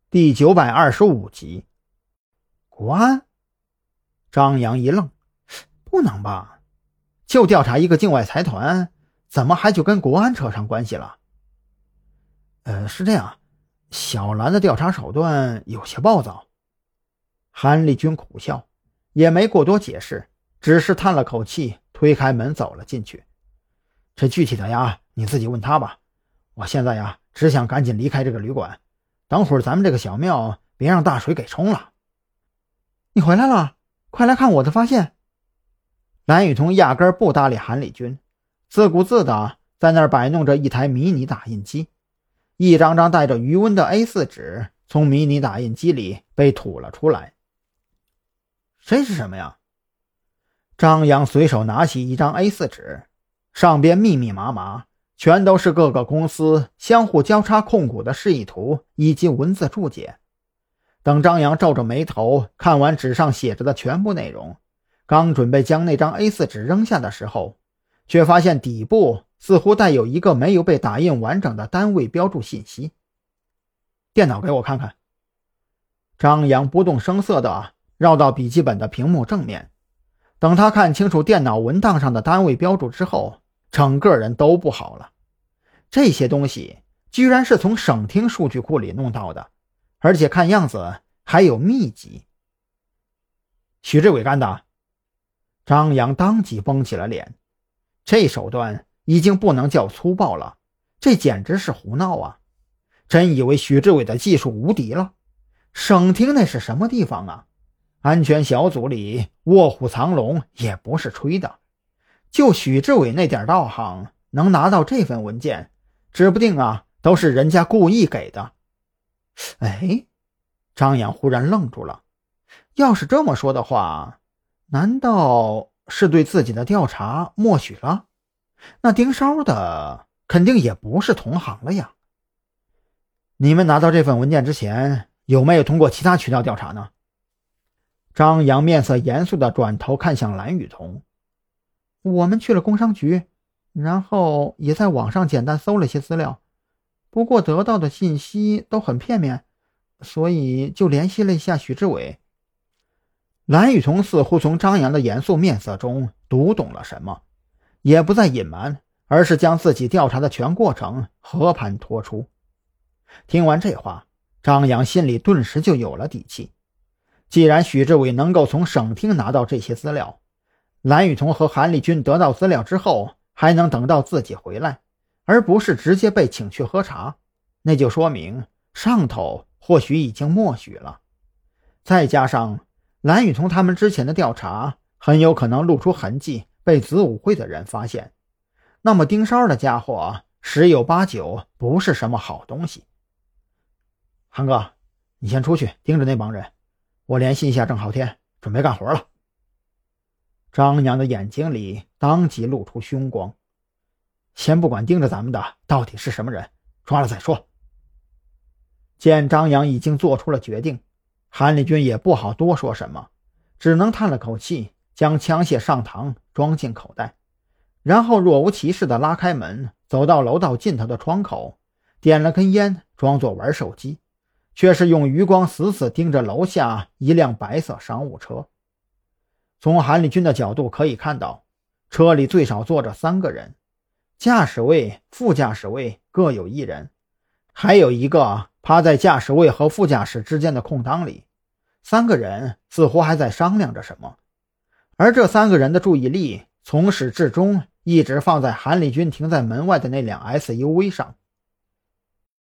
第925集。国安？张扬一愣，不能吧，就调查一个境外财团，怎么还就跟国安扯上关系了？是这样，小兰的调查手段有些暴躁。韩立军苦笑，也没过多解释，只是叹了口气，推开门走了进去。这具体的呀，你自己问他吧。我现在呀，只想赶紧离开这个旅馆，等会儿咱们这个小庙别让大水给冲了。你回来了，快来看我的发现。蓝雨桐压根不搭理韩立军，自顾自的在那儿摆弄着一台迷你打印机，一张张带着余温的 A4 纸从迷你打印机里被吐了出来。这是什么呀？张扬随手拿起一张 A4 纸，上边密密麻麻全都是各个公司相互交叉控股的示意图以及文字注解。等张扬皱着眉头看完纸上写着的全部内容，刚准备将那张 A4 纸扔下的时候，却发现底部似乎带有一个没有被打印完整的单位标注信息。电脑给我看看。张扬不动声色地绕到笔记本的屏幕正面，等他看清楚电脑文档上的单位标注之后，整个人都不好了。这些东西居然是从省厅数据库里弄到的，而且看样子还有秘籍。许志伟干的？张扬当即绷起了脸，这手段已经不能叫粗暴了，这简直是胡闹啊！真以为许志伟的技术无敌了？省厅那是什么地方啊？安全小组里卧虎藏龙也不是吹的，就许志伟那点道行，能拿到这份文件，指不定都是人家故意给的。张扬忽然愣住了，要是这么说的话，难道是对自己的调查默许了？那盯梢的肯定也不是同行了呀。你们拿到这份文件之前，有没有通过其他渠道调查呢？张扬面色严肃地转头看向蓝雨桐。我们去了工商局，然后也在网上简单搜了些资料，不过得到的信息都很片面，所以就联系了一下许志伟。蓝雨桐似乎从张扬的严肃面色中读懂了什么，也不再隐瞒，而是将自己调查的全过程和盘托出。听完这话，张扬心里顿时就有了底气。既然许志伟能够从省厅拿到这些资料，蓝雨桐和韩立军得到资料之后还能等到自己回来，而不是直接被请去喝茶，那就说明上头或许已经默许了。再加上蓝雨桐他们之前的调查很有可能露出痕迹，被子午会的人发现，那么盯梢的家伙十有八九不是什么好东西。韩哥，你先出去盯着那帮人，我联系一下郑浩天，准备干活了。张扬的眼睛里当即露出凶光。先不管盯着咱们的到底是什么人，抓了再说。见张扬已经做出了决定，韩立军也不好多说什么，只能叹了口气，将枪械上膛装进口袋，然后若无其事地拉开门，走到楼道尽头的窗口，点了根烟，装作玩手机，却是用余光死死盯着楼下一辆白色商务车。从韩立军的角度可以看到，车里最少坐着3个人，驾驶位、副驾驶位各有1人，还有一个趴在驾驶位和副驾驶之间的空档里。3个人似乎还在商量着什么，而这3个人的注意力从始至终一直放在韩立军停在门外的那辆 SUV 上。